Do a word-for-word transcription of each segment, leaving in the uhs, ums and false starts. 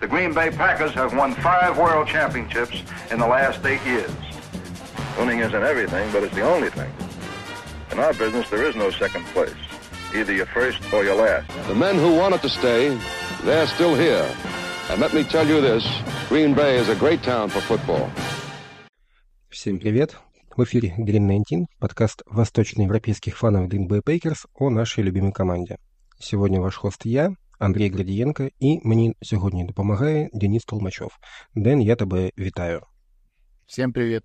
The Green Bay Packers have won five world championships in the last eight years. Winning isn't everything, but it's the only thing. In our business, there is no second place. Either you're first or you're last. The men who wanted to stay, they're still here. And let me tell you this, Green Bay is a great town for football. Всем привет! В эфире Green девятнадцать, подкаст восточноевропейских фанов Green Bay Packers о нашей любимой команде. Сегодня ваш хост я, Андрій Градієнко, і мені сьогодні допомагає Денис Толмачов. Дэн, я тебе вітаю. Всем привет!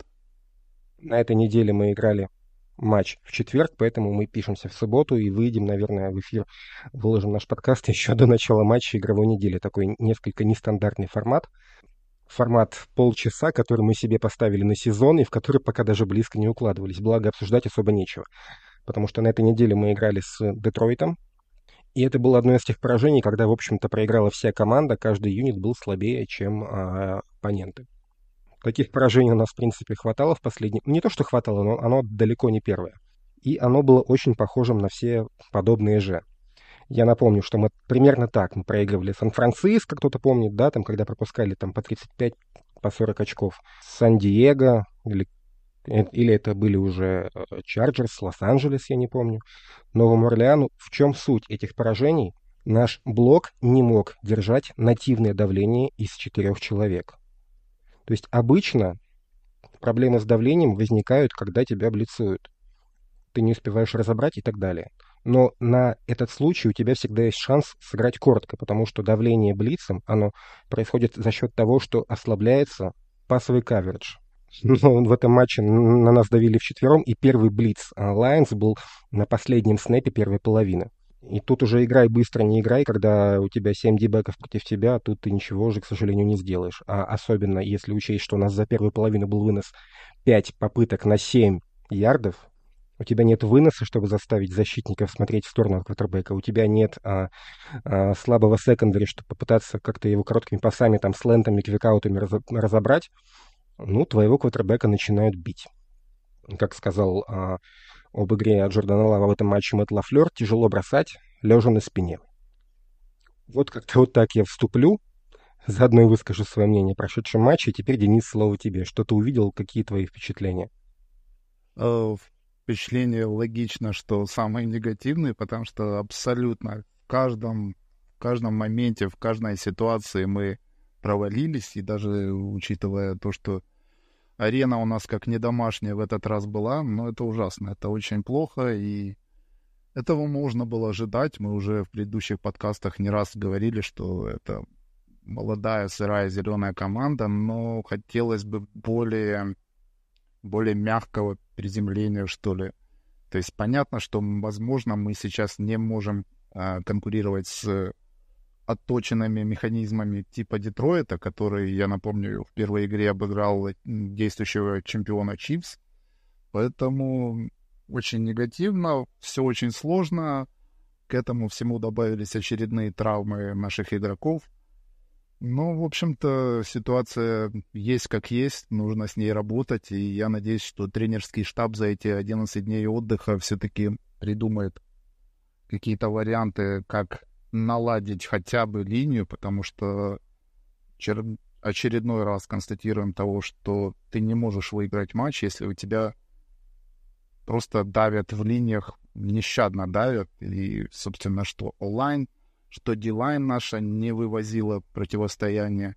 На этой неделе мы играли матч в четверг, поэтому мы пишемся в субботу и выйдем, наверное, в эфир, выложим наш подкаст еще до начала матча игровой недели. Такой несколько нестандартный формат. Формат полчаса, который мы себе поставили на сезон и в который пока даже близко не укладывались. Благо, обсуждать особо нечего. Потому что на этой неделе мы играли с Детройтом. И это было одно из тех поражений, когда, в общем-то, проиграла вся команда. Каждый юнит был слабее, чем а, оппоненты. Таких поражений у нас, в принципе, хватало в последнем... Не то, что хватало, но оно далеко не первое. И оно было очень похожим на все подобные же. Я напомню, что мы примерно так мы проигрывали Сан-Франциско, кто-то помнит, да, там, когда пропускали там по тридцать пять, по сорок очков. Сан-Диего, или, или это были уже Чарджерс, Лос-Анджелес, я не помню. Новому Орлеану. В чем суть этих поражений? Наш блок не мог держать нативное давление из четырех человек. То есть обычно проблемы с давлением возникают, когда тебя блицуют. Ты не успеваешь разобрать и так далее. Но на этот случай у тебя всегда есть шанс сыграть коротко, потому что давление блицем, оно происходит за счет того, что ослабляется пасовый каверидж. Но в этом матче на нас давили вчетвером, и первый блиц Lions был на последнем снэпе первой половины. И тут уже играй быстро, не играй, когда у тебя семь дебеков против тебя, тут ты ничего уже, к сожалению, не сделаешь. А особенно если учесть, что у нас за первую половину был вынос пять попыток на семь ярдов, у тебя нет выноса, чтобы заставить защитников смотреть в сторону квотербека, у тебя нет а, а, слабого секондари, чтобы попытаться как-то его короткими пасами, там, слентами, квикаутами раз, разобрать, ну, твоего квотербека начинают бить. Как сказал а, об игре Джордана Лава в этом матче Мэтт Лафлёр, тяжело бросать, лежа на спине. Вот как-то вот так я вступлю, заодно и выскажу свое мнение о прошедшем матче. Теперь, Денис, слово тебе. Что ты увидел, какие твои впечатления? Впечатление логично, что самые негативные, потому что абсолютно в каждом, в каждом моменте, в каждой ситуации мы провалились, и даже учитывая то, что арена у нас как не домашняя в этот раз была, но это ужасно, это очень плохо, и этого можно было ожидать. Мы уже в предыдущих подкастах не раз говорили, что это молодая, сырая, зеленая команда, но хотелось бы более... более мягкого приземления, что ли. То есть понятно, что, возможно, мы сейчас не можем а, конкурировать с отточенными механизмами типа Детройта, который, я напомню, в первой игре обыграл действующего чемпиона Чифс. Поэтому очень негативно, все очень сложно. К этому всему добавились очередные травмы наших игроков. Ну, в общем-то, ситуация есть как есть, нужно с ней работать, и я надеюсь, что тренерский штаб за эти одиннадцать дней отдыха все-таки придумает какие-то варианты, как наладить хотя бы линию, потому что чер- очередной раз констатируем того, что ты не можешь выиграть матч, если у тебя просто давят в линиях, нещадно давят, и, собственно, что онлайн, что D-line наша не вывозила противостояние.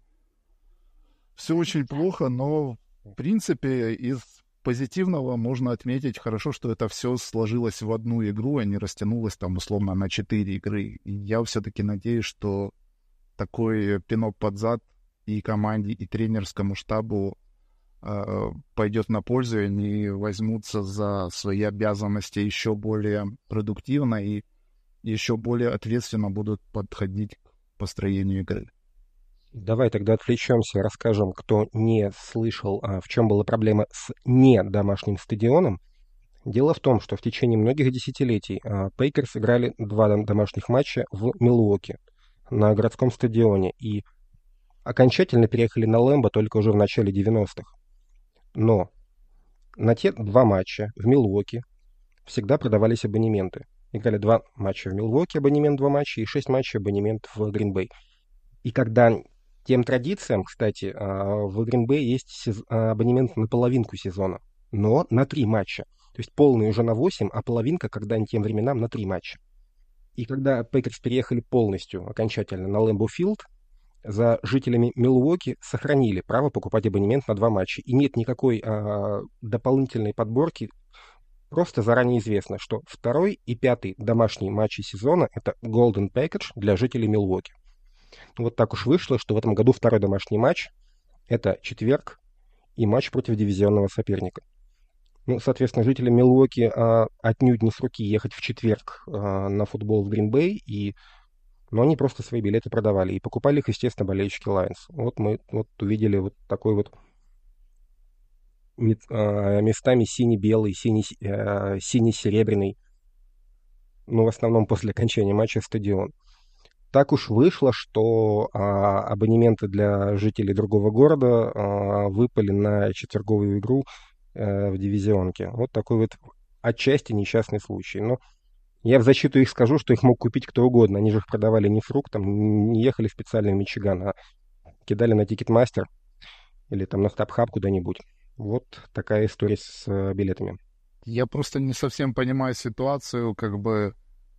Все очень плохо, но, в принципе, из позитивного можно отметить хорошо, что это все сложилось в одну игру, а не растянулось там условно на четыре игры. И я все-таки надеюсь, что такой пинок под зад и команде, и тренерскому штабу э, пойдет на пользу, и они возьмутся за свои обязанности еще более продуктивно и еще более ответственно будут подходить к построению игры. Давай тогда отвлечемся и расскажем, кто не слышал, в чем была проблема с не домашним стадионом. Дело в том, что в течение многих десятилетий Пейкерс играли два домашних матча в Милуоки на городском стадионе и окончательно переехали на Лэмбо только уже в начале девяностых. Но на те два матча в Милуоки всегда продавались абонементы. Играли два матча в Милуоки, абонемент два матча, и шесть матчей абонемент в Грин-Бэй. И когда тем традициям, кстати, в Green Bay есть абонемент на половинку сезона, но на три матча. То есть полный уже на восемь, а половинка, когда они тем временам, на три матча. И когда Пейкерс переехали полностью, окончательно на Лэмбо Филд, за жителями Милуоки сохранили право покупать абонемент на два матча. И нет никакой а, дополнительной подборки. Просто заранее известно, что второй и пятый домашние матчи сезона — это Golden Package для жителей Милуоки. Вот так уж вышло, что в этом году второй домашний матч — это четверг и матч против дивизионного соперника. Ну, соответственно, жителям Милуоки а, отнюдь не с руки ехать в четверг а, на футбол в Грин-Бэй, и... но они просто свои билеты продавали. И покупали их, естественно, болельщики Лайонс. Вот мы вот увидели вот такой вот местами сине-белый, сине, э, сине-серебряный, ну, в основном после окончания матча, стадион. Так уж вышло, что а, абонементы для жителей другого города а, выпали на четверговую игру а, в дивизионке. Вот такой вот отчасти несчастный случай. Но я в защиту их скажу, что их мог купить кто угодно. Они же их продавали не с рук, там, не ехали специально в Мичиган, а кидали на Тикетмастер или там на StubHub куда-нибудь. Вот такая история с а, билетами. Я просто не совсем понимаю ситуацию, как бы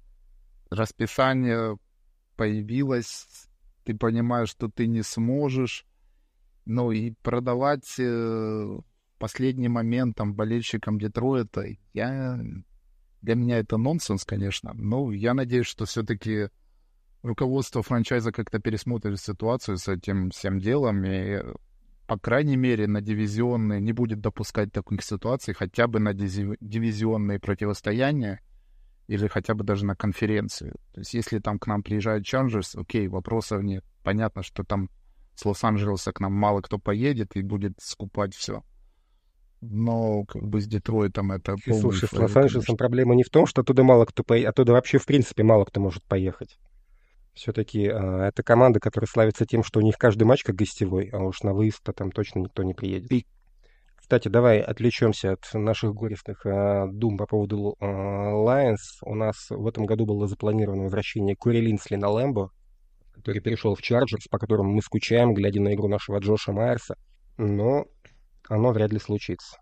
расписание появилось, ты понимаешь, что ты не сможешь, ну и продавать э, последний момент там болельщикам Детройта, я... для меня это нонсенс, конечно, но я надеюсь, что все-таки руководство франчайза как-то пересмотрит ситуацию с этим всем делом и, по крайней мере, на дивизионные не будет допускать таких ситуаций, хотя бы на дивизионные противостояния, или хотя бы даже на конференцию. То есть если там к нам приезжают Чарджерс, окей, вопросов нет. Понятно, что там с Лос-Анджелеса к нам мало кто поедет и будет скупать все. Но как бы с Детройтом это полный Слушай, фейл, с Лос-Анджелесом конечно. проблема не в том, что оттуда мало кто поедет, оттуда вообще в принципе мало кто может поехать. Все-таки а, это команда, которая славится тем, что у них каждый матч как гостевой, а уж на выезд-то там точно никто не приедет. И Кстати, давай отвлечемся от наших горестных э, дум по поводу э, Lions. У нас в этом году было запланировано возвращение Кори Линсли на Лэмбо, который перешел в Чарджерс, по которому мы скучаем, глядя на игру нашего Джоша Майерса. Но оно вряд ли случится.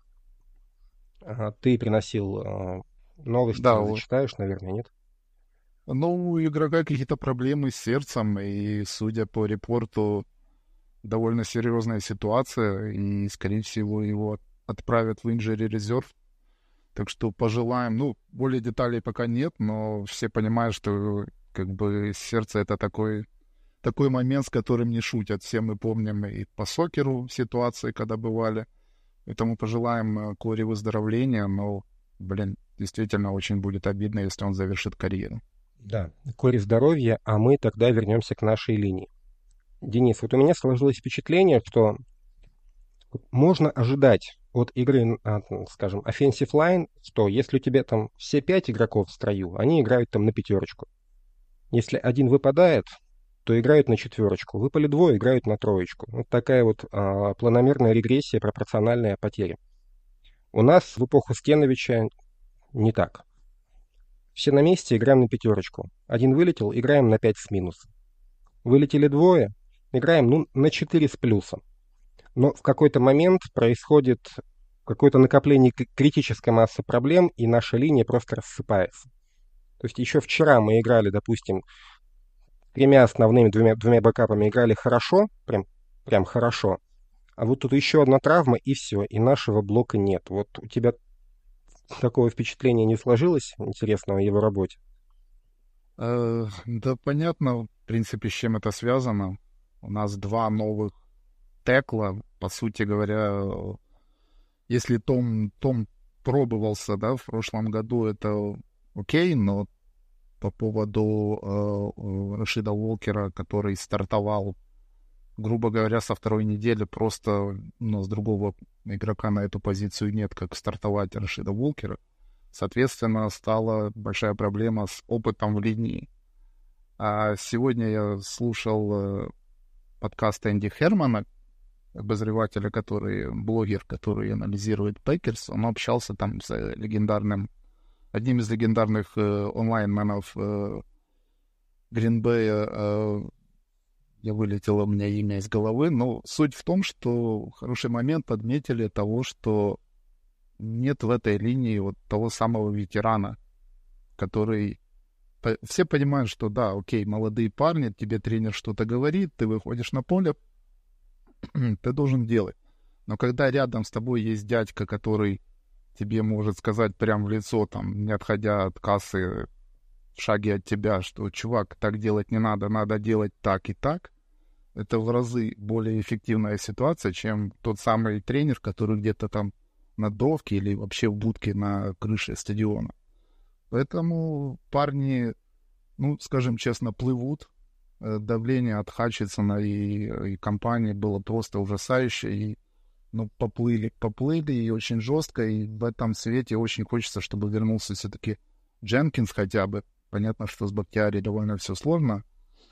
А, ты приносил э, новости, да, вот. зачитаешь, наверное, нет? Ну, у игрока какие-то проблемы с сердцем, и, судя по репорту, довольно серьезная ситуация, и, скорее всего, его отправят в injury reserve. Так что пожелаем, ну, более деталей пока нет, но все понимают, что как бы сердце — это такой, такой момент, с которым не шутят. Все мы помним и по сокеру ситуации, когда бывали. Поэтому пожелаем Кори выздоровления, но, блин, действительно очень будет обидно, если он завершит карьеру. Да, Кори здоровья, а мы тогда вернемся к нашей линии. Денис, вот у меня сложилось впечатление, что можно ожидать от игры, скажем, offensive line, что если у тебя там все пять игроков в строю, они играют там на пятерочку. Если один выпадает, то играют на четверочку. Выпали двое, играют на троечку. Вот такая вот а, планомерная регрессия, пропорциональная потеря. У нас в эпоху Стеновича не так. Все на месте, играем на пятерочку. Один вылетел, играем на пять с минусом. Вылетели двое, играем ну, на четыре с плюсом. Но в какой-то момент происходит какое-то накопление критической массы проблем, и наша линия просто рассыпается. То есть еще вчера мы играли, допустим, тремя основными, двумя, двумя бэкапами играли хорошо, прям, прям хорошо. А вот тут еще одна травма, и все, и нашего блока нет. Вот у тебя такого впечатления не сложилось интересного о его работе? Э, да, понятно, в принципе, с чем это связано. У нас два новых текла, по сути говоря, если Том, Том пробовался, да, в прошлом году, это окей, но по поводу э, Рашида Уолкера, который стартовал, грубо говоря, со второй недели, просто у нас другого игрока на эту позицию нет, как стартовать Рашида Уолкера. Соответственно, стала большая проблема с опытом в линии. А сегодня я слушал э, подкаст Энди Хермана, обозревателя, который, блогер, который анализирует Пейкерс. Он общался там с легендарным, одним из легендарных э, онлайн-менов э, Грин-Бэя, э, я вылетело у меня имя из головы, но суть в том, что хороший момент подметили того, что нет в этой линии вот того самого ветерана, который... Все понимают, что да, окей, молодые парни, тебе тренер что-то говорит, ты выходишь на поле, ты должен делать. Но когда рядом с тобой есть дядька, который тебе может сказать прямо в лицо, там, не отходя от кассы, в шаге от тебя, что, чувак, так делать не надо, надо делать так и так, это в разы более эффективная ситуация, чем тот самый тренер, который где-то там на довке или вообще в будке на крыше стадиона. Поэтому парни, ну, скажем честно, плывут. Давление от Хатчинсона и, и компании было просто ужасающее. И, ну, поплыли, поплыли, и очень жестко. И в этом свете очень хочется, чтобы вернулся все-таки Дженкинс хотя бы. Понятно, что с Бактиари довольно все сложно.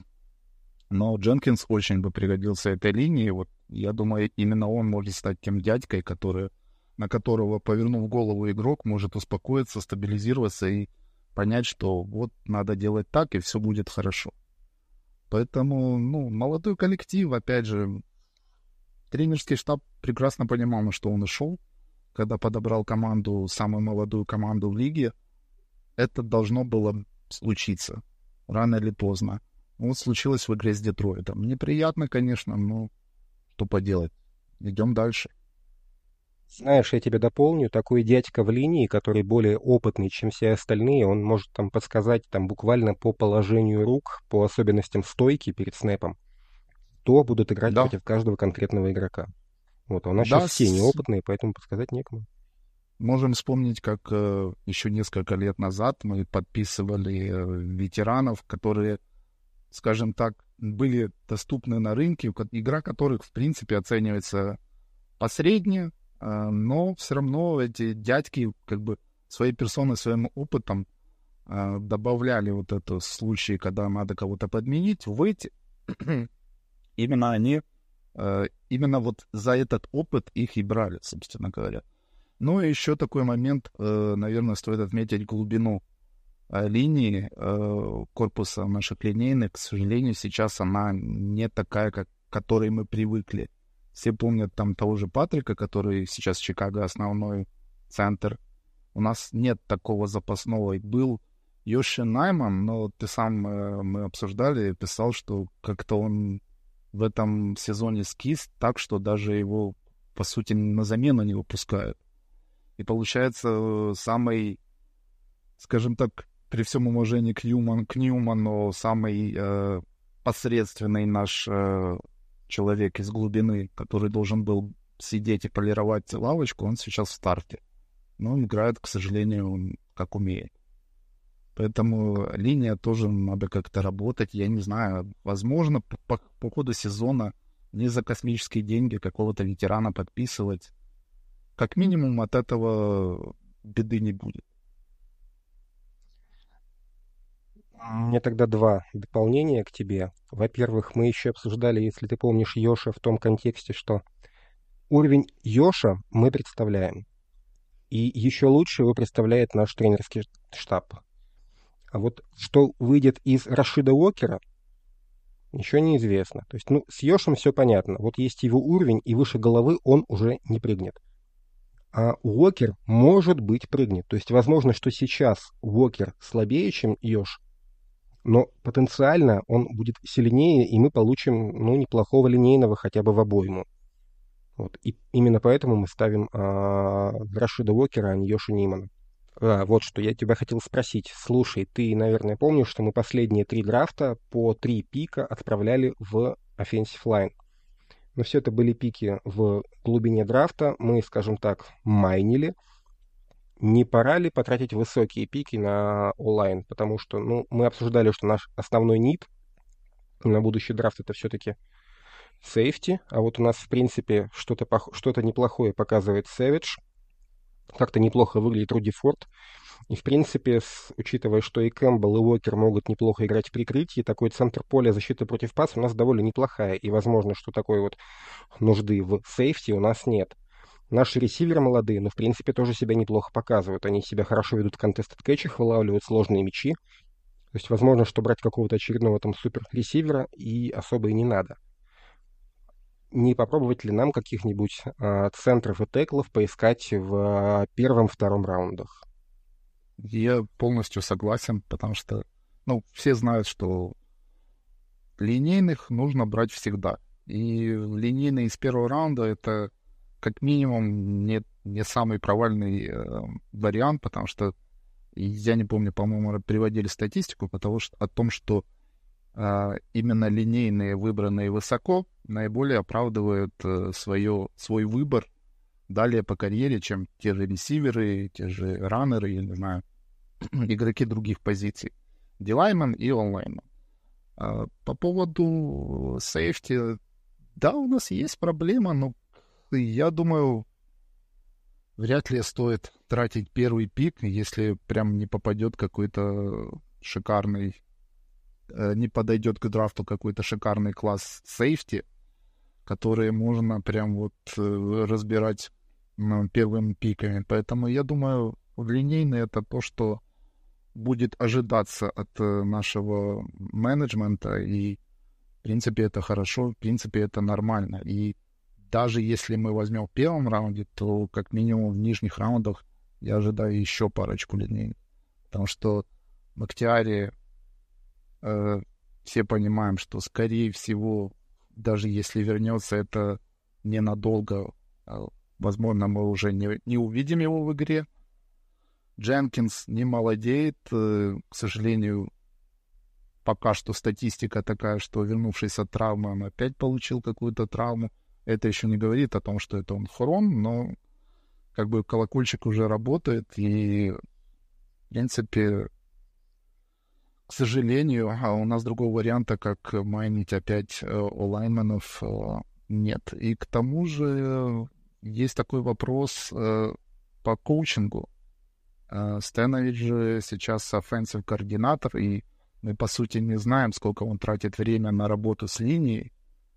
Но Дженкинс очень бы пригодился этой линии. Вот, я думаю, именно он может стать тем дядькой, который, на которого, повернув голову игрок, может успокоиться, стабилизироваться и понять, что вот надо делать так, и все будет хорошо. Поэтому, ну, молодой коллектив, опять же, тренерский штаб прекрасно понимал, на что он и шел, когда подобрал команду, самую молодую команду в лиге. Это должно было случиться рано или поздно. Вот случилось в игре с Детройтом. Неприятно, конечно, но что поделать. Идем дальше. Знаешь, я тебя дополню, такой дядька в линии, который более опытный, чем все остальные, он может там подсказать там буквально по положению рук, по особенностям стойки перед снэпом, кто будут играть Да. против каждого конкретного игрока. Вот, а у нас Да, сейчас все с- неопытные, поэтому подсказать некому. Можем вспомнить, как э, еще несколько лет назад мы подписывали э, ветеранов, которые, скажем так, были доступны на рынке, ко- игра которых, в принципе, оценивается посредне, э, но все равно эти дядьки как бы своей персоной, своим опытом э, добавляли вот это случаи, когда надо кого-то подменить, выйти. Именно они, э, именно вот за этот опыт их и брали, собственно говоря. Ну и еще такой момент, э, наверное, стоит отметить глубину э, линии э, корпуса наших линейных. К сожалению, сейчас она не такая, как к которой мы привыкли. Все помнят там того же Патрика, который сейчас в Чикаго основной центр. У нас нет такого запасного. И был Йоши Найман, но ты сам, э, мы обсуждали, писал, что как-то он в этом сезоне скис так, что даже его, по сути, на замену не выпускают. И получается, э, самый, скажем так, при всем уважении к, Ньюман, к Ньюману, самый э, посредственный наш э, человек из глубины, который должен был сидеть и полировать лавочку, он сейчас в старте. Но играет, к сожалению, он как умеет. Поэтому линия тоже надо как-то работать. Я не знаю, возможно, по, по, по ходу сезона не за космические деньги какого-то ветерана подписывать. Как минимум от этого беды не будет. У меня тогда два дополнения к тебе. Во-первых, мы еще обсуждали, если ты помнишь, Йоша в том контексте, что уровень Йоша мы представляем. И еще лучше его представляет наш тренерский штаб. А вот что выйдет из Рашида Уокера, еще неизвестно. То есть, ну, с Йошем все понятно. Вот есть его уровень, и выше головы он уже не прыгнет. А Уокер, может быть, прыгнет. То есть, возможно, что сейчас Уокер слабее, чем Йош, но потенциально он будет сильнее, и мы получим, ну, неплохого линейного хотя бы в обойму. Вот. И именно поэтому мы ставим а, Рашида Уокера, а не Йошу Нимана. А, вот что я тебя хотел спросить. Слушай, ты, наверное, помнишь, что мы последние три драфта по три пика отправляли в Offensive Line. Но все это были пики в глубине драфта. Мы, скажем так, майнили. Не пора ли потратить высокие пики на онлайн? Потому что, ну, мы обсуждали, что наш основной нид на будущий драфт это все-таки сейфти. А вот у нас, в принципе, что-то, пох- что-то неплохое показывает Savage. Как-то неплохо выглядит Руди Форд. И, в принципе, с, учитывая, что и Кэмпбелл, и Уокер могут неплохо играть в прикрытии, такой центр поля защиты против паса у нас довольно неплохая. И, возможно, что такой вот нужды в сейфти у нас нет. Наши ресиверы молодые, но, в принципе, тоже себя неплохо показывают. Они себя хорошо ведут в контестед кэтчах, вылавливают сложные мячи. То есть, возможно, что брать какого-то очередного там супер-ресивера и особо и не надо. Не попробовать ли нам каких-нибудь а, центров и теклов поискать в а, первом-втором раундах? Я полностью согласен, потому что, ну, все знают, что линейных нужно брать всегда. И линейный из первого раунда — это как минимум не, не самый провальный э, вариант, потому что я не помню, по-моему, приводили статистику потому что, о том, что э, именно линейные, выбранные высоко, наиболее оправдывают э, свое, свой выбор далее по карьере, чем те же ресиверы, те же раннеры, я не знаю, игроки других позиций. Дилаймен и онлайн. А по поводу сейфти, да, у нас есть проблема, но я думаю, вряд ли стоит тратить первый пик, если прям не попадет какой-то шикарный, не подойдет к драфту какой-то шикарный класс сейфти, которые можно прям вот разбирать первыми пиками. Поэтому я думаю, линейный — это то, что будет ожидаться от нашего менеджмента, и в принципе это хорошо, в принципе это нормально. И даже если мы возьмем в первом раунде, то как минимум в нижних раундах я ожидаю еще парочку линейных. Потому что в Бактиаре э, все понимаем, что скорее всего, даже если вернется, это ненадолго. Возможно, мы уже не, не увидим его в игре. Дженкинс не молодеет. К сожалению, пока что статистика такая, что, вернувшись от травмы, он опять получил какую-то травму. Это еще не говорит о том, что это он хрон, но как бы колокольчик уже работает, и, в принципе, к сожалению, у нас другого варианта, как майнить опять олайнменов, нет. И к тому же есть такой вопрос по коучингу. Стенович же сейчас offensive координатор, и мы, по сути, не знаем, сколько он тратит время на работу с линией.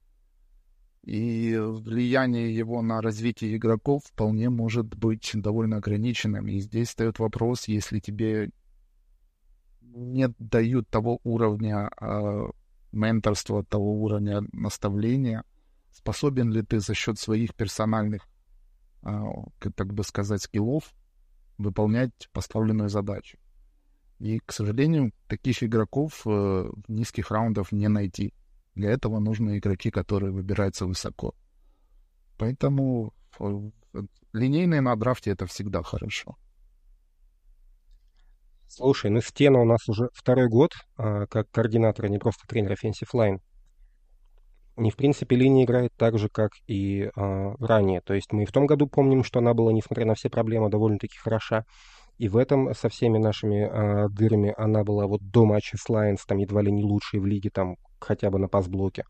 И влияние его на развитие игроков вполне может быть довольно ограниченным. И здесь встает вопрос, если тебе не дают того уровня э, менторства, того уровня наставления, способен ли ты за счет своих персональных, э, так бы сказать, скиллов выполнять поставленную задачу. И, к сожалению, таких игроков э, в низких раундах не найти. Для этого нужны игроки, которые выбираются высоко. Поэтому линейные на драфте — это всегда хорошо. Слушай, ну Стена у нас уже второй год а, как координатор, а не просто тренер offensive line. И, в принципе, линия играет так же, как и а, ранее. То есть мы и в том году помним, что она была, несмотря на все проблемы, довольно-таки хороша. И в этом со всеми нашими а, дырами она была вот до матча с Lions, там едва ли не лучшей в лиге, там хотя бы на пас-блоке.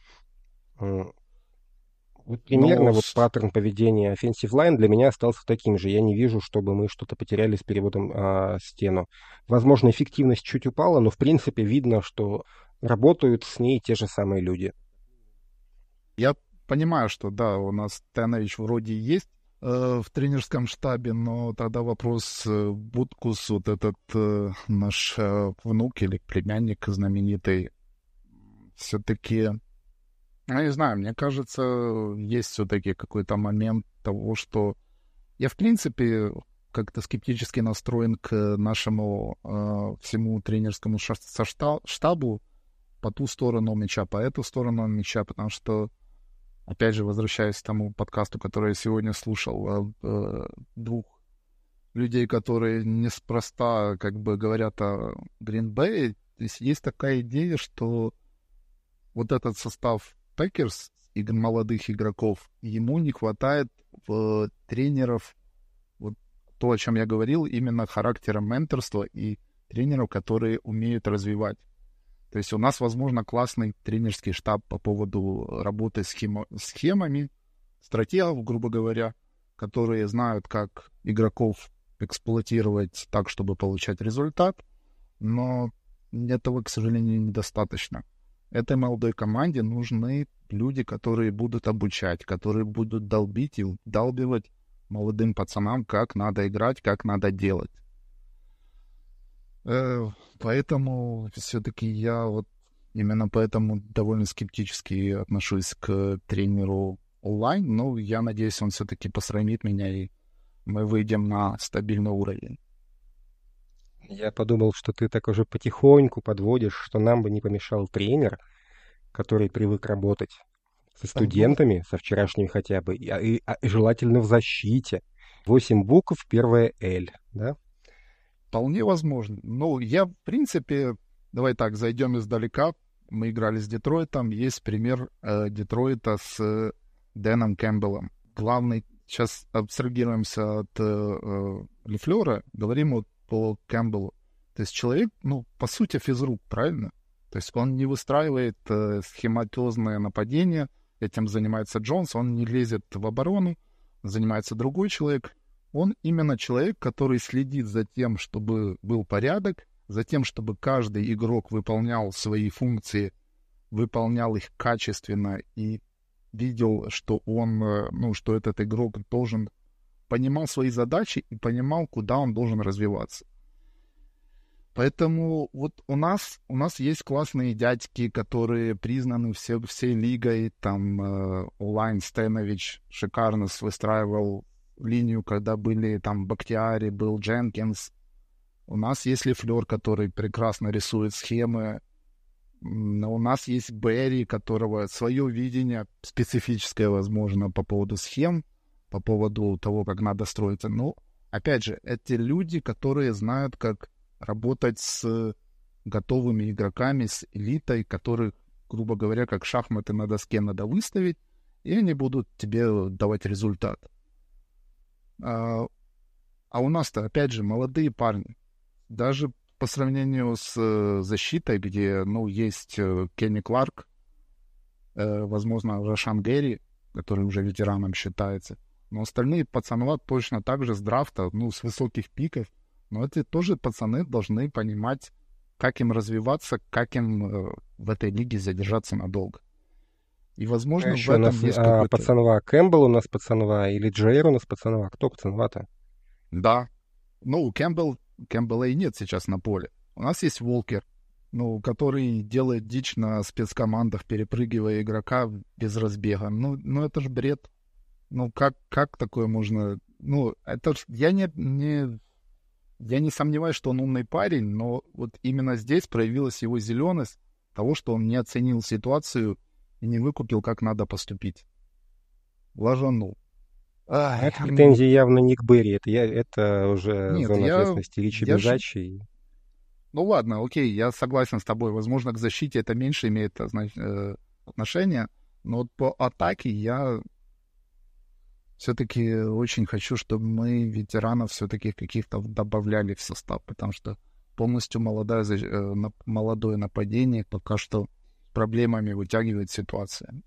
Вот примерно Но... вот паттерн поведения offensive line для меня остался таким же. Я не вижу, чтобы мы что-то потеряли с переводом а, Стену. Возможно, эффективность чуть упала, но в принципе видно, что работают с ней те же самые люди. Я понимаю, что да, у нас Стенович вроде есть э, в тренерском штабе, но тогда вопрос э, Буткус, вот этот э, наш э, внук или племянник знаменитый, все-таки, я не знаю, мне кажется, есть все-таки какой-то момент того, что я, в принципе, как-то скептически настроен к нашему э, всему тренерскому штабу по ту сторону мяча, по эту сторону мяча, потому что, опять же, возвращаясь к тому подкасту, который я сегодня слушал, э, двух людей, которые неспроста как бы говорят о Green Bay, есть, есть такая идея, что вот этот состав Пекерс, игр, молодых игроков, ему не хватает в, тренеров, вот то, о чем я говорил, именно характера менторства и тренеров, которые умеют развивать. То есть у нас, возможно, классный тренерский штаб по поводу работы с схема, схемами, стратегов, грубо говоря, которые знают, как игроков эксплуатировать так, чтобы получать результат, но этого, к сожалению, недостаточно. Этой молодой команде нужны люди, которые будут обучать, которые будут долбить и вдалбивать молодым пацанам, как надо играть, как надо делать. Э, Поэтому все-таки я вот именно поэтому довольно скептически отношусь к тренеру онлайн. Но я надеюсь, он все-таки посрамит меня, и мы выйдем на стабильный уровень. Я подумал, что ты так уже потихоньку подводишь, что нам бы не помешал тренер, который привык работать со А, Ну, студентами, со вчерашними хотя бы, и, а- и- а- и желательно в защите. Восемь букв, первое «Л», да? вполне возможно. Ну, я, в принципе, давай так, зайдем издалека. Мы играли с Детройтом. Есть пример э, Детройта с э, Дэном Кэмпбеллом. Главный, сейчас абстрагируемся от э, э, Лефлера, говорим вот по Кэмпбеллу. То есть человек, ну, по сути, физрук, правильно? То есть он не выстраивает э, схематозное нападение, этим занимается Джонс, он не лезет в оборону, занимается другой человек. Он именно человек, который следит за тем, чтобы был порядок, за тем, чтобы каждый игрок выполнял свои функции, выполнял их качественно и видел, что он, э, ну, что этот игрок должен, понимал свои задачи и понимал, куда он должен развиваться. Поэтому вот у нас, у нас есть классные дядьки, которые признаны все, всей лигой. Там э, Олайн Стенович шикарно выстраивал линию, когда были там Бактиари, был Дженкинс. У нас есть Лефлер, который прекрасно рисует схемы. М, У нас есть Берри, которого свое видение специфическое, возможно, по поводу схем, по поводу того, как надо строиться. Но, опять же, эти люди, которые знают, как работать с готовыми игроками, с элитой, которых, грубо говоря, как шахматы на доске надо выставить, и они будут тебе давать результат. А, а у нас-то, опять же, молодые парни. Даже по сравнению с э, защитой, где, ну, есть э, Кенни Кларк, э, возможно, Рашан Гэри, который уже ветераном считается, но остальные пацаны точно так же с драфта, ну, с высоких пиков, но эти тоже пацаны должны понимать, как им развиваться, как им э, в этой лиге задержаться надолго. И, А возможно, в еще у нас этом есть а, какой-то... пацанва Кэмпбелл у нас пацанва, или Джейр у нас пацанва. Кто пацанва-то? Да. Ну, Кэмпбелл, Кэмпбелла и нет сейчас на поле. У нас есть Волкер, ну, который делает дичь на спецкомандах, перепрыгивая игрока без разбега. Ну, ну это же бред. Ну, как, как такое можно... Ну, это ж... Я не, не... Я не сомневаюсь, что он умный парень, но вот именно здесь проявилась его зеленость того, что он не оценил ситуацию и не выкупил, как надо поступить. Ложанул. А Ай, это ну, претензии явно не к Берри, это, я, это уже нет, зона я... ответственности Ричи я ж... Безачи. Ну ладно, окей, я согласен с тобой. Возможно, к защите это меньше имеет значит, э, отношение, но вот по атаке я все-таки очень хочу, чтобы мы ветеранов все-таки каких-то добавляли в состав, потому что полностью молодая, защ- э, нап- молодое нападение пока что проблемами вытягивает ситуация.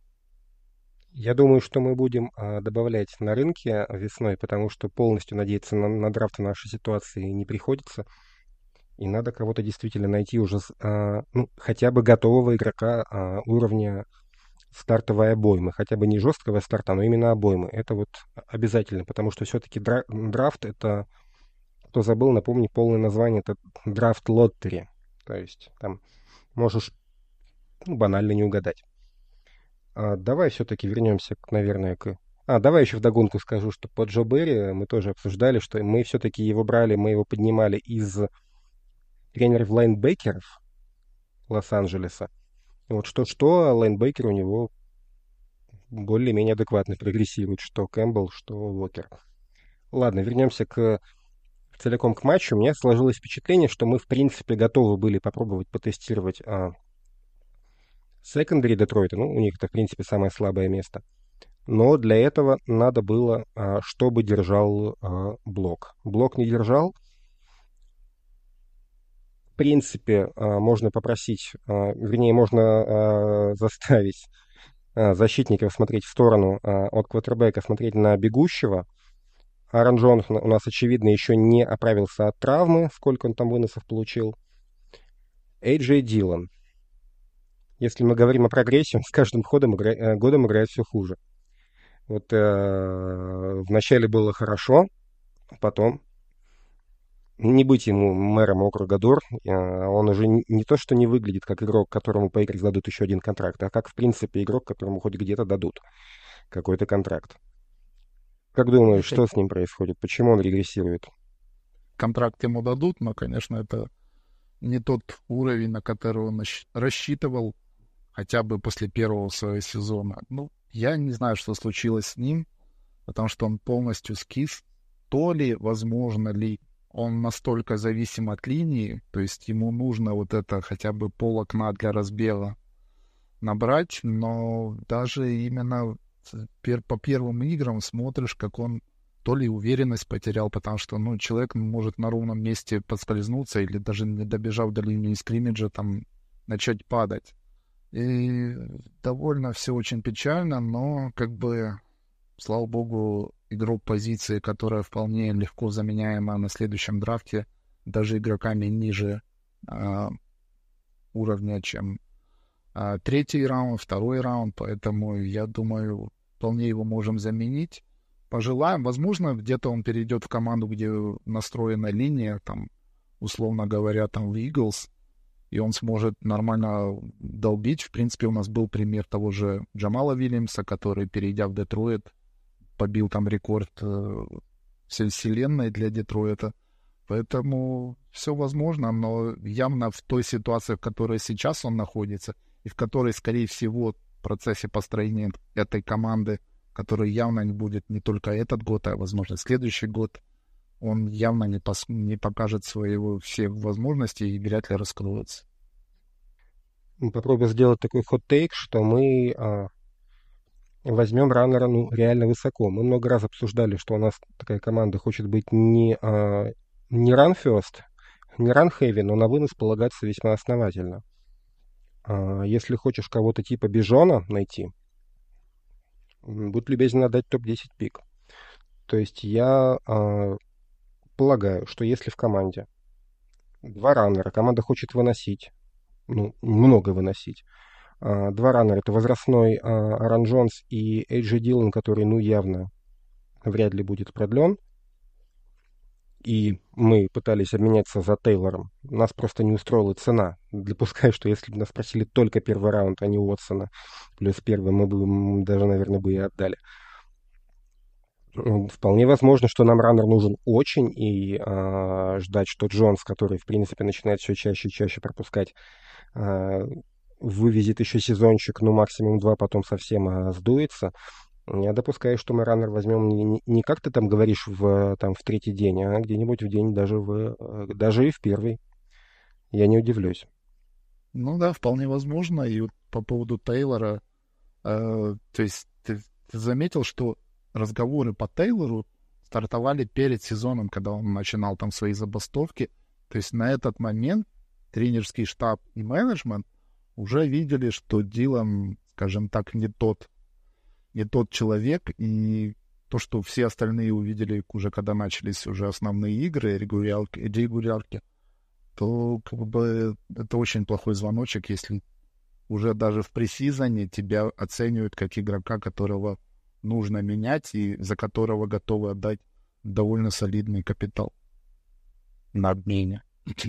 Я думаю, что мы будем а, добавлять на рынке весной, потому что полностью надеяться на, на драфт в нашей ситуации не приходится. И надо кого-то действительно найти уже с, а, ну, хотя бы готового игрока а, уровня стартовой обоймы. Хотя бы не жесткого старта, но именно обоймы. Это вот обязательно, потому что все-таки дра- драфт — это, кто забыл, напомни полное название, это драфт лоттери. То есть там можешь, ну, банально не угадать. А, давай все-таки вернемся, к, наверное, к... А, давай еще вдогонку скажу, что по Джо Берри мы тоже обсуждали, что мы все-таки его брали, мы его поднимали из тренеров лайнбекеров Лос-Анджелеса. И вот что-что, лайнбекер у него более-менее адекватно прогрессирует, что Кэмпбелл, что Уокер. Ладно, вернемся к целиком к матчу. У меня сложилось впечатление, что мы, в принципе, готовы были попробовать потестировать а, секондари Детройта. Ну, у них это, в принципе, самое слабое место. Но для этого надо было, а, чтобы держал а, блок. Блок не держал. В принципе, а, можно попросить, а, вернее, можно а, заставить а, защитников смотреть в сторону а, от квотербека, смотреть на бегущего. Аарон Джонс у нас, очевидно, еще не оправился от травмы, сколько он там выносов получил. Эй Джей Дилан. Если мы говорим о прогрессе, он с каждым ходом игра... э, годом играет все хуже. Вот э, вначале было хорошо, потом не быть ему мэром округа Дор. А, Он уже не не то, что не выглядит как игрок, которому по игре дадут еще один контракт, а как, в принципе, игрок, которому хоть где-то дадут какой-то контракт. Как думаешь, Это что с ним происходит? Почему он регрессирует? контракт ему дадут, но, конечно, это не тот уровень, на который он ощ- рассчитывал хотя бы после первого своего сезона. Ну, я не знаю, что случилось с ним, потому что он полностью скис. То ли, возможно ли, он настолько зависим от линии, то есть ему нужно вот это хотя бы полокна для разбега набрать, но даже именно с- пер- по первым играм смотришь, как он то ли уверенность потерял, потому что, ну, человек может на ровном месте подскользнуться или даже не добежав до линии скриммиджа, там, начать падать. И довольно все очень печально, но, как бы, слава богу, игрок позиции, которая вполне легко заменяема на следующем драфте, даже игроками ниже а, уровня, чем а, третий раунд, второй раунд, поэтому я думаю, вполне его можем заменить. Пожелаем, возможно, где-то он перейдет в команду, где настроена линия, там, условно говоря, там в Eagles, и он сможет нормально долбить. В принципе, у нас был пример того же Джамала Вильямса, который, перейдя в Детройт, побил там рекорд э, всей вселенной для Детройта. Поэтому все возможно, но явно в той ситуации, в которой сейчас он находится, и в которой, скорее всего, в процессе построения этой команды, который явно не будет не только этот год, а, возможно, следующий год, он явно не, пос- не покажет своего все возможности и вряд ли раскроется. Мы попробуем сделать такой хот-тейк, что мы а, возьмем раннера ну, реально высоко. Мы много раз обсуждали, что у нас такая команда хочет быть не, а, не run first, не run heavy, но на вынос полагаться весьма основательно. А, если хочешь кого-то типа Бижона найти, м, будь любезен отдать топ десять пик. То есть я а, полагаю, что если в команде два раннера, команда хочет выносить, ну, много выносить. А, два раннера — это возрастной а, Аарон Джонс и Эйджи Дилан, который, ну, явно вряд ли будет продлен. И мы пытались обменяться за Тейлором. Нас просто не устроила цена. Допускаю, что если бы нас спросили только первый раунд, а не Уотсона, плюс первый, мы бы м, даже, наверное, бы и отдали. М, Вполне возможно, что нам раннер нужен очень, и а, ждать, что Джонс, который, в принципе, начинает все чаще и чаще пропускать, а, вывезет еще сезончик, ну, максимум два, потом совсем а, сдуется. Я допускаю, что мы раннер возьмем не, не- не как ты там говоришь в, там, в третий день, а где-нибудь в день даже, в, э, даже и в первый. Я не удивлюсь. Ну да, вполне возможно. И вот по поводу Тейлора, э, то есть ты, ты заметил, что разговоры по Тейлору стартовали перед сезоном, когда он начинал там свои забастовки. То есть на этот момент тренерский штаб и менеджмент уже видели, что Дилан, скажем так, не тот, не тот человек, и то, что все остальные увидели уже, когда начались уже основные игры, регулярки, регулярки, то как бы это очень плохой звоночек, если уже даже в пресизоне тебя оценивают как игрока, которого нужно менять и за которого готовы отдать довольно солидный капитал на обмене.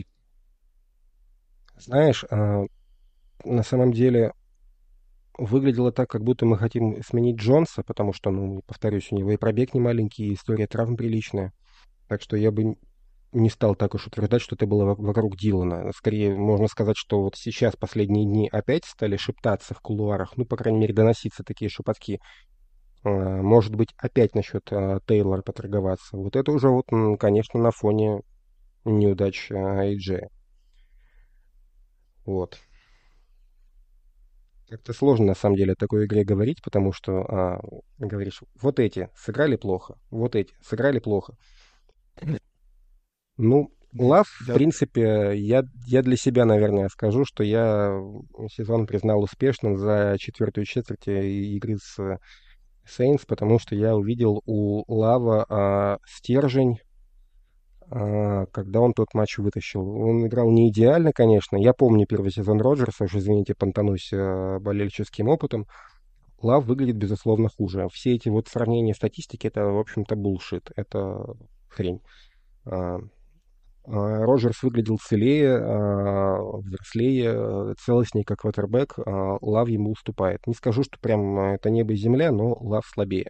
Знаешь, а, на самом деле выглядело так, как будто мы хотим сменить Джонса, потому что, ну, повторюсь, у него и пробег не маленький, и история травм приличная. Так что я бы не стал так уж утверждать, что это было во- вокруг Дилана. Скорее, можно сказать, что вот сейчас, последние дни, опять стали шептаться в кулуарах, ну, по крайней мере, доноситься такие шепотки. А, Может быть, опять насчет а, Тейлора поторговаться. Вот это уже, вот, м, конечно, на фоне неудач а, Эйджея. Вот. Как-то сложно, на самом деле, о такой игре говорить, потому что а, говоришь, вот эти сыграли плохо, вот эти сыграли плохо. Ну, Лав, в Я, принципе, я, я для себя, наверное, скажу, что я сезон признал успешным за четвертую четверть игры с Сейнс, потому что я увидел у Лава а, стержень, а, когда он тот матч вытащил. Он играл не идеально, конечно. Я помню первый сезон Роджерса, уж извините, понтанусь а, болельческим опытом. Лав выглядит, безусловно, хуже. Все эти вот сравнения статистики, это, в общем-то, булшит. Это хрень. А, Роджерс выглядел целее, взрослее, целостнее, как квотербек. Лав ему уступает. Не скажу, что прям это небо и земля, но Лав слабее.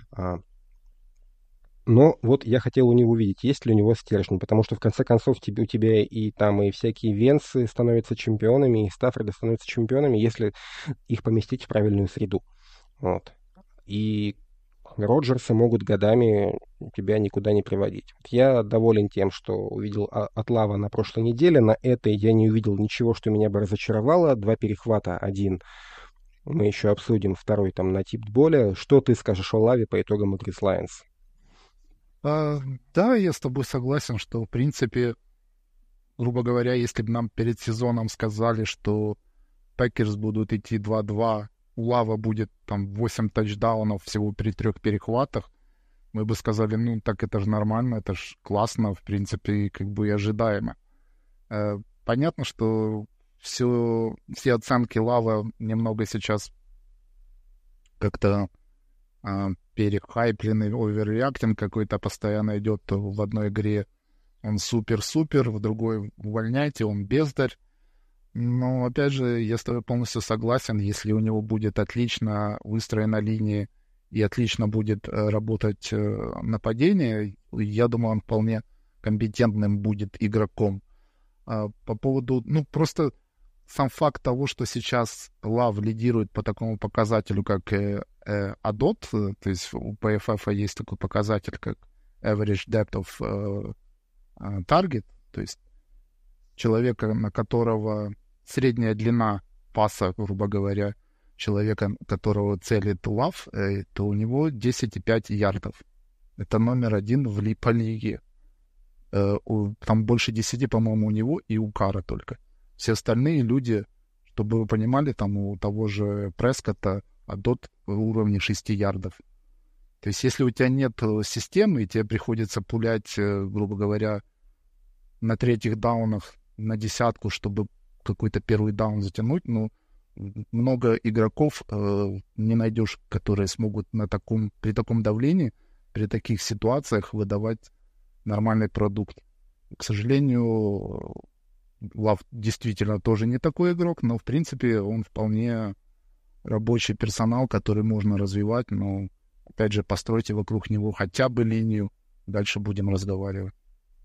Но вот я хотел у него увидеть, есть ли у него стержень, потому что в конце концов тебе, у тебя и там и всякие Венсы становятся чемпионами, и Стаффорды становятся чемпионами, если их поместить в правильную среду. Вот. И Роджерсы могут годами тебя никуда не приводить. Я доволен тем, что увидел от Лава на прошлой неделе. На этой я не увидел ничего, что меня бы разочаровало. Два перехвата, один мы еще обсудим, второй там на тип-боле. Что ты скажешь о Лаве по итогам игры с Лайонс? А, да, я с тобой согласен, что, в принципе, грубо говоря, если бы нам перед сезоном сказали, что Пекерс будут идти два-два, у Лава будет там восемь тачдаунов всего при трех перехватах, мы бы сказали, ну, так это же нормально, это же классно, в принципе, как бы и ожидаемо. Э, понятно, что все, все оценки Лава немного сейчас как-то э, перехайпленный, оверреактинг какой-то постоянно идет в одной игре. Он супер-супер, в другой увольняйте, он бездарь. Но, опять же, я с тобой полностью согласен, если у него будет отлично выстроена линия и отлично будет э, работать э, нападение, я думаю, он вполне компетентным будет игроком. А, по поводу, ну, просто сам факт того, что сейчас Лав лидирует по такому показателю, как э, э, эй ди о ти, э, то есть у пи эф эф есть такой показатель, как Average Depth of э, э, Target, то есть человека, на которого средняя длина паса, грубо говоря, человека, которого целит Лав, э, то у него десять и пять ярдов. Это номер один в ли, по лиге. Э, у, там больше десяти, по-моему, у него и у Кара только. Все остальные люди, чтобы вы понимали, там у того же Прескотта эй ди о ти в уровне шести ярдов. То есть если у тебя нет системы, и тебе приходится пулять, грубо говоря, на третьих даунах на десятку, чтобы какой-то первый даун затянуть, ну, много игроков э, не найдешь, которые смогут на таком, при таком давлении, при таких ситуациях выдавать нормальный продукт. К сожалению, Лав действительно тоже не такой игрок, но, в принципе, он вполне рабочий персонал, который можно развивать, но, опять же, постройте вокруг него хотя бы линию, дальше будем разговаривать.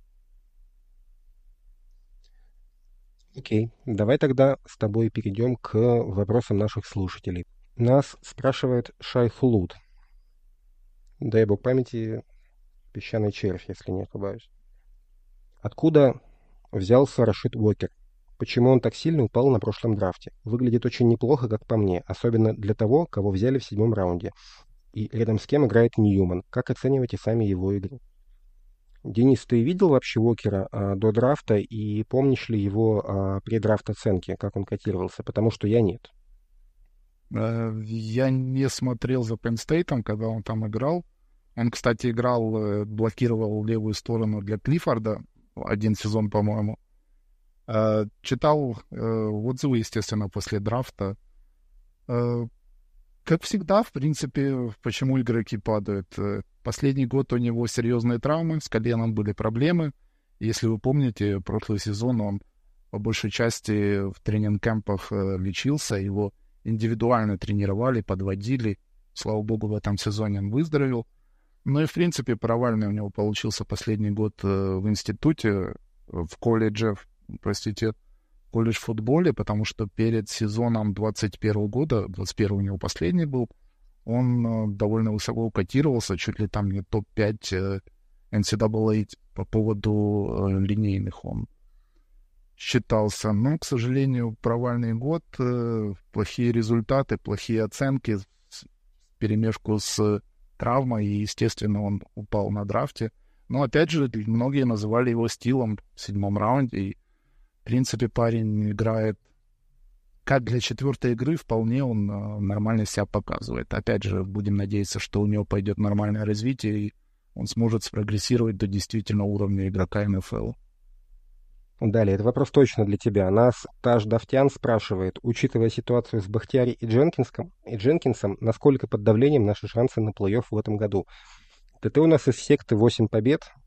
Окей, давай тогда с тобой перейдем к вопросам наших слушателей. Нас спрашивает Шайхулут. Дай бог памяти, песчаный червь, если не ошибаюсь. Откуда взялся Рашид Уокер? Почему он так сильно упал на прошлом драфте? Выглядит очень неплохо, как по мне, особенно для того, кого взяли в седьмом раунде. И рядом с кем играет Ньюман. Как оцениваете сами его игру? Денис, ты видел вообще Уокера а, до драфта и помнишь ли его а, преддрафт оценки, как он котировался? Потому что я нет. Я не смотрел за Penn State, когда он там играл. Он, кстати, играл, блокировал левую сторону для Клиффорда один сезон, по-моему. Читал отзывы, естественно, после драфта. Как всегда, в принципе, почему игроки падают? Последний год у него серьезные травмы, с коленом были проблемы. Если вы помните, прошлый сезон он по большей части в тренинг-кэмпах лечился, его индивидуально тренировали, подводили. Слава богу, в этом сезоне он выздоровел. Ну и, в принципе, провальный у него получился последний год в институте, в колледже, простите, колледж в футболе, потому что перед сезоном двадцать первого года, двадцать первый у него последний был, он довольно высоко котировался, чуть ли там не топ пять эн си эй эй по поводу линейных он считался. Но, к сожалению, провальный год, плохие результаты, плохие оценки, вперемешку с травмой, и, естественно, он упал на драфте. Но, опять же, многие называли его стилом в седьмом раунде, и в принципе, парень играет как для четвертой игры, вполне он э, нормально себя показывает. Опять же, будем надеяться, что у него пойдет нормальное развитие, и он сможет спрогрессировать до действительно уровня игрока эн эф эл. Далее, это вопрос точно для тебя. Нас Таш Давтян спрашивает, учитывая ситуацию с Бахтиари и Дженкинсом, и Дженкинсом, насколько под давлением наши шансы на плей-офф в этом году? ТТ у нас из секты восемь побед,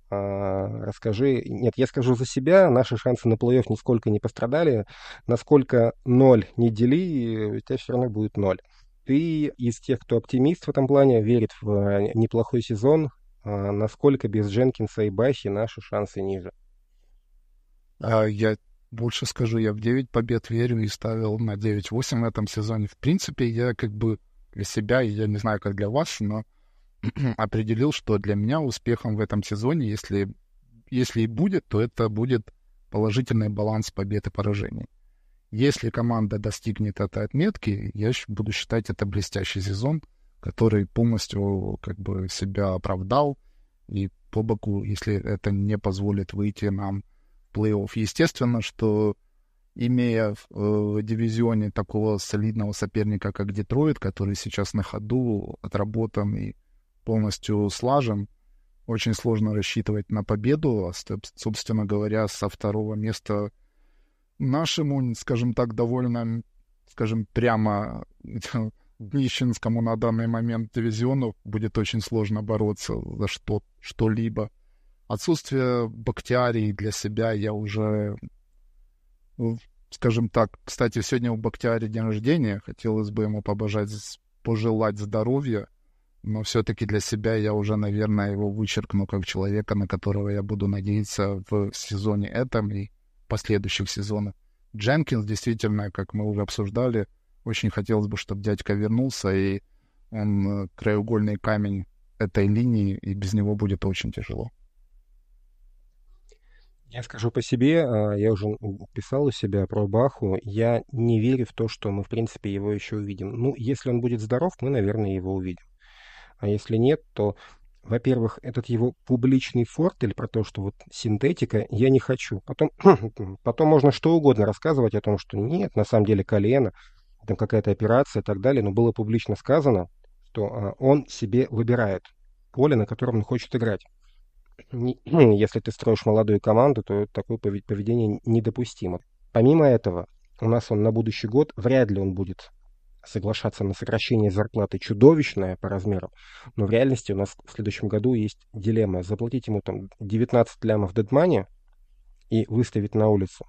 Расскажи. Нет, я скажу за себя. Наши шансы на плей-офф нисколько не пострадали. Насколько ноль не дели, у тебя все равно будет ноль. Ты из тех, кто оптимист в этом плане, верит в неплохой сезон. Насколько без Дженкинса и Бахи наши шансы ниже? А я больше скажу, я в девять побед верю и ставил на девять восемь в этом сезоне. В принципе, я как бы для себя, я не знаю, как для вас, но определил, что для меня успехом в этом сезоне, если, если и будет, то это будет положительный баланс побед и поражений. Если команда достигнет этой отметки, я буду считать это блестящий сезон, который полностью как бы себя оправдал, и по боку, если это не позволит выйти нам в плей-офф. Естественно, что имея в, в дивизионе такого солидного соперника, как Детройт, который сейчас на ходу, отработан и полностью слажен, очень сложно рассчитывать на победу. Собственно говоря, со второго места нашему, скажем так, довольно, скажем, прямо нищенскому на данный момент дивизиону будет очень сложно бороться за что, что-либо. Отсутствие Бактиарии для себя я уже, скажем так, кстати, сегодня у Бактиари день рождения, хотелось бы ему побожать, пожелать здоровья, но все-таки для себя я уже, наверное, его вычеркну как человека, на которого я буду надеяться в сезоне этом и последующих сезонах. Дженкинс действительно, как мы уже обсуждали, очень хотелось бы, чтобы дядька вернулся, и он краеугольный камень этой линии, и без него будет очень тяжело. Я скажу по себе, я уже писал у себя про Баху, я не верю в то, что мы, в принципе, его еще увидим. Ну, если он будет здоров, мы, наверное, его увидим. А если нет, то, во-первых, этот его публичный фортель про то, что вот синтетика, я не хочу. Потом, потом можно что угодно рассказывать о том, что нет, на самом деле колено, там какая-то операция и так далее, но было публично сказано, что а, он себе выбирает поле, на котором он хочет играть. Не, если ты строишь молодую команду, то такое поведение недопустимо. Помимо этого, у нас он на будущий год, вряд ли он будет соглашаться на сокращение зарплаты чудовищное по размерам, но в реальности у нас в следующем году есть дилемма. Заплатить ему там девятнадцать лямов дедмани и выставить на улицу,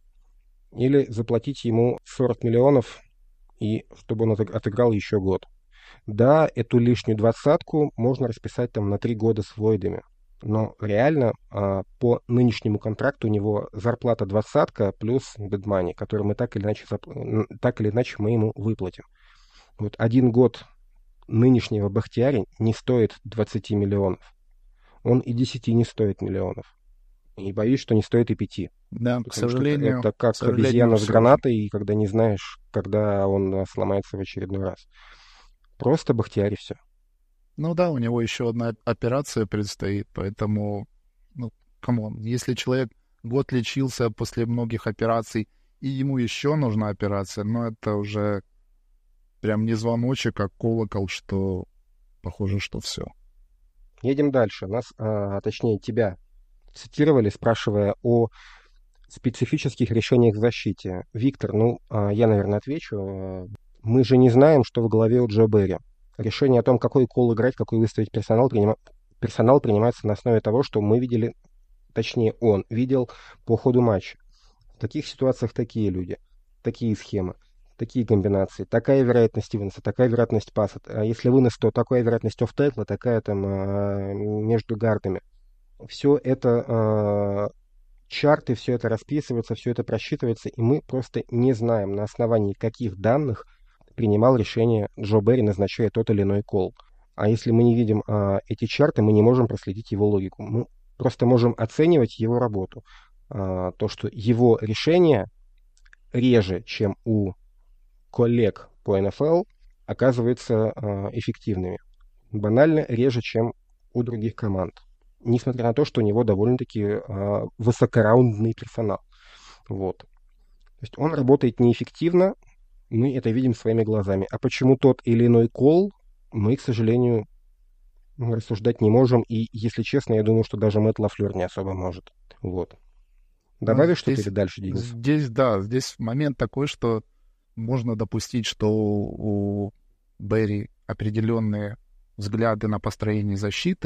или заплатить ему сорок миллионов, и чтобы он отыграл еще год. Да, эту лишнюю двадцатку можно расписать там на три года с войдами, но реально а, по нынешнему контракту у него зарплата двадцатка плюс дедмани, который мы так или иначе, запл... так или иначе мы ему выплатим. Вот один год нынешнего Бахтиари не стоит двадцать миллионов. Он и десять не стоит миллионов. И боюсь, что не стоит и пяти. Да, к сожалению. Это как обезьяна с гранатой, и когда не знаешь, когда он сломается в очередной раз. Просто Бахтиари все. Ну да, у него еще одна операция предстоит, поэтому, ну, камон, если человек год лечился после многих операций, и ему еще нужна операция, но это уже прям не звоночек, а колокол, что похоже, что все. Едем дальше. Нас, а, точнее, тебя цитировали, спрашивая о специфических решениях в защите. Виктор, ну, а, я, наверное, отвечу. Мы же не знаем, что в голове у Джо Берри. Решение о том, какой кол играть, какой выставить персонал, принима... персонал принимается на основе того, что мы видели, точнее он видел по ходу матча. В таких ситуациях такие люди, такие схемы, такие комбинации, такая вероятность Стивенса, такая вероятность паса. А если вынос, то такая вероятность офф-текла, такая там между гардами. Все это чарты, все это расписывается, все это просчитывается, и мы просто не знаем, на основании каких данных принимал решение Джо Берри, назначая тот или иной кол. А если мы не видим а, эти чарты, мы не можем проследить его логику. Мы просто можем оценивать его работу. А, то, что его решения реже, чем у коллег по эн эф эл, оказываются а, эффективными. Банально реже, чем у других команд. Несмотря на то, что у него довольно-таки а, высокораундный персонал. Вот. То есть он работает неэффективно, мы это видим своими глазами. А почему тот или иной кол, мы, к сожалению, рассуждать не можем. И, если честно, я думаю, что даже Мэтт Лафлёр не особо может. Вот. Добавишь что-то или дальше, Денис? Здесь, да, здесь момент такой, что можно допустить, что у Берри определенные взгляды на построение защиты,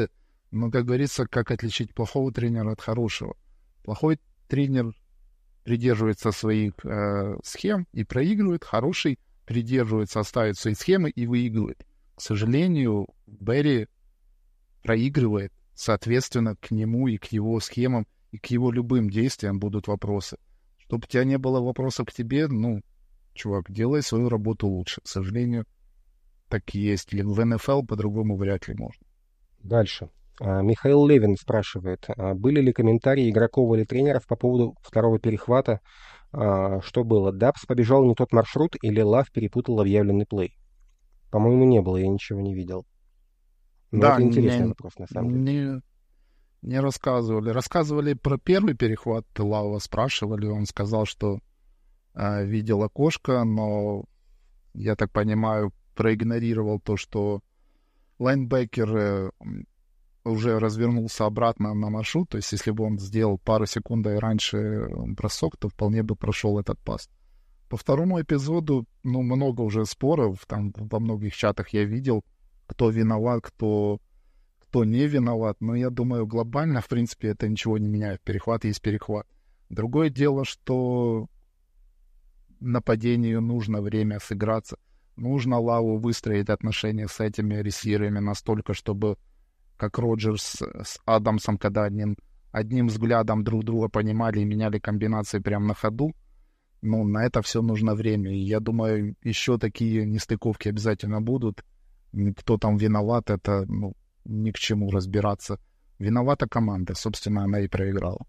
Но, как говорится, как отличить плохого тренера от хорошего? Плохой тренер придерживается своих э, схем и проигрывает, хороший придерживается, оставит свои схемы и выигрывает. К сожалению, Берри проигрывает, соответственно, к нему и к его схемам, и к его любым действиям будут вопросы. Чтобы у тебя не было вопросов к тебе, ну, чувак, делай свою работу лучше. К сожалению, так и есть. В эн эф эл по-другому вряд ли можно. Дальше. А, Михаил Левин спрашивает, а были ли комментарии игроков или тренеров по поводу второго перехвата? А, что было? Дабс побежал не тот маршрут или Лав перепутал объявленный плей? По-моему, не было, я ничего не видел. Но да, это интересный не, вопрос, на самом деле. Не, не рассказывали. Рассказывали про первый перехват. Лава спрашивали, он сказал, что э, видел окошко, но, я так понимаю, проигнорировал то, что лайнбекер э, уже развернулся обратно на маршрут, то есть если бы он сделал пару секунд раньше бросок, то вполне бы прошел этот пас. По второму эпизоду, ну, много уже споров, там во многих чатах я видел, кто виноват, кто, кто не виноват, но я думаю, глобально, в принципе, это ничего не меняет. Перехват есть перехват. Другое дело, что нападению нужно время сыграться. Нужно Лаву выстроить отношения с этими ресиверами настолько, чтобы как Роджерс с Адамсом, когда одним, одним взглядом друг друга понимали и меняли комбинации прямо на ходу. Но на это все нужно время. И я думаю, еще такие нестыковки обязательно будут. Кто там виноват, это ну, ни к чему разбираться. Виновата команда, собственно, она и проиграла.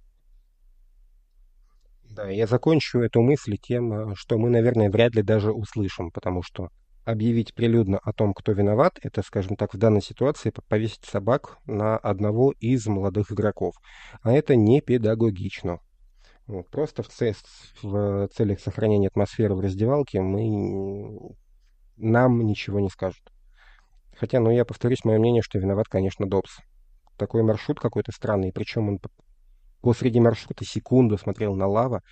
Да, я закончу эту мысль тем, что мы, наверное, вряд ли даже услышим, потому что объявить прилюдно о том, кто виноват, это, скажем так, в данной ситуации повесить собак на одного из молодых игроков. А это не педагогично. Вот, просто в, ц... в целях сохранения атмосферы в раздевалке мы... нам ничего не скажут. Хотя, ну, я повторюсь, мое мнение, что виноват, конечно, Добс. Такой маршрут какой-то странный, причем он посреди маршрута секунду смотрел на Лава.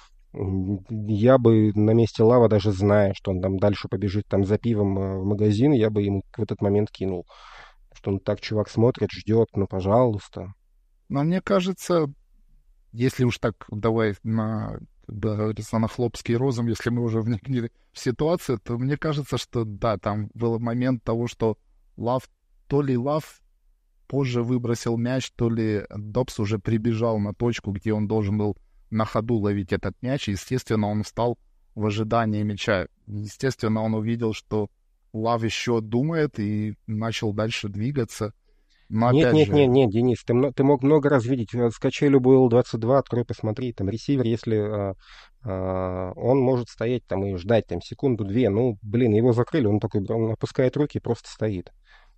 Я бы на месте Лава, даже зная, что он там дальше побежит там за пивом в магазин, я бы ему в этот момент кинул. Что он так, чувак, смотрит, ждет, ну, пожалуйста. Но мне кажется, если уж так, давай на, да, говорится, на хлопский розум, если мы уже вникли в ситуацию, то мне кажется, что да, там был момент того, что Лав, то ли Лав позже выбросил мяч, то ли Добс уже прибежал на точку, где он должен был на ходу ловить этот мяч, и, естественно, он встал в ожидании мяча. Естественно, он увидел, что Лав еще думает, и начал дальше двигаться. Но нет, нет, же... нет, нет, Денис, ты, ты мог много раз видеть. Скачай любой эл двадцать два, открой, посмотри. Там ресивер, если а, а, он может стоять там и ждать там секунду-две. Ну, блин, его закрыли, он такой, он опускает руки и просто стоит.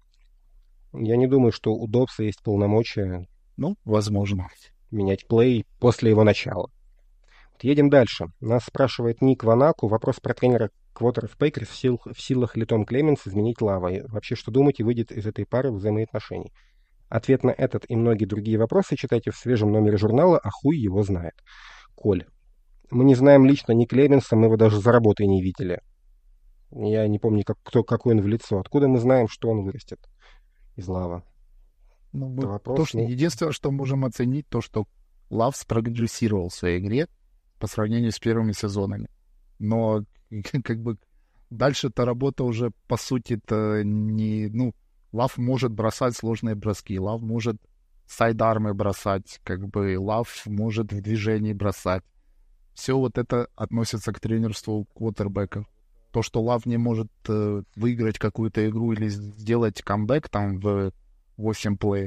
Я не думаю, что у Добса есть полномочия. Ну, возможно. Менять плей после его начала. Вот едем дальше. Нас спрашивает Ник Ванаку. Вопрос про тренера квотеров Пейкерс. В, сил, в силах ли Том Клеменс изменить Лава? И вообще, что думаете, выйдет из этой пары взаимоотношений? Ответ на этот и многие другие вопросы читайте в свежем номере журнала «А хуй его знает». Коль, мы не знаем лично ни Клеменса, мы его даже за работой не видели. Я не помню, как, кто, какой он в лицо. Откуда мы знаем, что он вырастет из Лава? Ну, мы, вопрос, то, что, ну... Единственное, что можем оценить, то, что Лав спрогрессировал в своей игре по сравнению с первыми сезонами. Но как бы дальше-то работа уже, по сути-то, не... Ну, Лав может бросать сложные броски, Лав может сайд-армы бросать, как бы Лав может в движении бросать. Все вот это относится к тренерству квотербеков. То, что Лав не может э, выиграть какую-то игру или сделать камбэк там в восемь плей.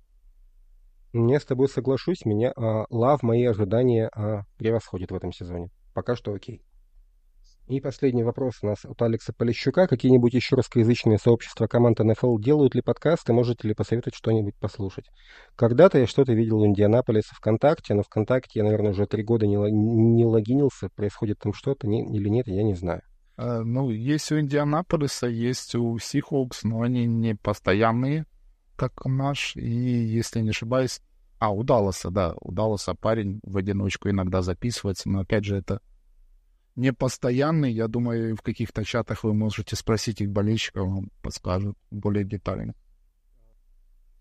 Я с тобой соглашусь. Меня а, Лав мои ожидания а, превосходит в этом сезоне. Пока что окей. И последний вопрос у нас от Алекса Полищука. Какие-нибудь еще русскоязычные сообщества команд эн эф эл делают ли подкасты? Можете ли посоветовать что-нибудь послушать? Когда-то я что-то видел у Индианаполиса ВКонтакте, но ВКонтакте я, наверное, уже три года не, не логинился. Происходит там что-то не, или нет, я не знаю. Uh, ну, есть у Индианаполиса, есть у Сихокс, но они не постоянные, как наш. И, если не ошибаюсь... А, у Далласа, да. У Далласа парень в одиночку иногда записывается, но, опять же, это не постоянный. Я думаю, в каких-то чатах вы можете спросить их болельщиков, он подскажет более детально.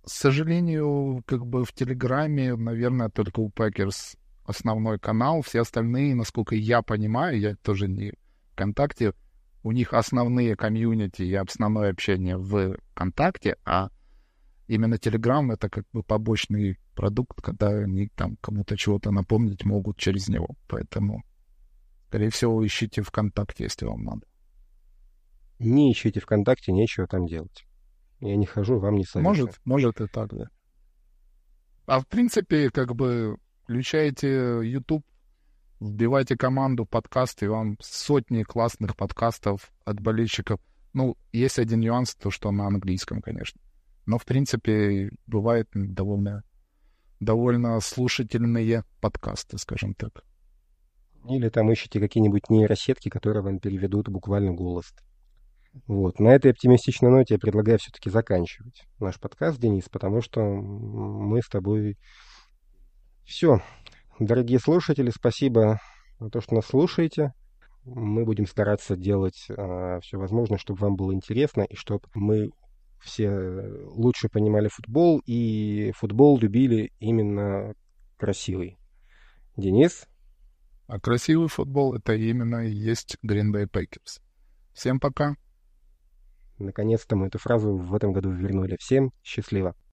сожалению, как бы в Телеграме, наверное, только у Packers основной канал. Все остальные, насколько я понимаю, я тоже не ВКонтакте, у них основные комьюнити и основное общение в ВКонтакте, а именно Телеграм — это как бы побочный продукт, когда они там кому-то чего-то напомнить могут через него. Поэтому, скорее всего, ищите ВКонтакте, если вам надо. Не ищите ВКонтакте, нечего там делать. Я не хожу, вам не советую. Может, может и так, да. А в принципе, как бы, включайте YouTube, вбивайте команду подкасты, и вам сотни классных подкастов от болельщиков. Ну, есть один нюанс, то, что на английском, конечно. Но, в принципе, бывают довольно, довольно слушательные подкасты, скажем так. Или там ищите какие-нибудь нейросетки, которые вам переведут буквально голос. Вот. На этой оптимистичной ноте я предлагаю все-таки заканчивать наш подкаст, Денис, потому что мы с тобой... Все. Дорогие слушатели, спасибо за то, что нас слушаете. Мы будем стараться делать а, все возможное, чтобы вам было интересно, и чтобы мы все лучше понимали футбол, и футбол любили именно красивый. Денис? А красивый футбол — это именно и есть Green Bay Packers. Всем пока! Наконец-то мы эту фразу в этом году вернули. Всем счастливо!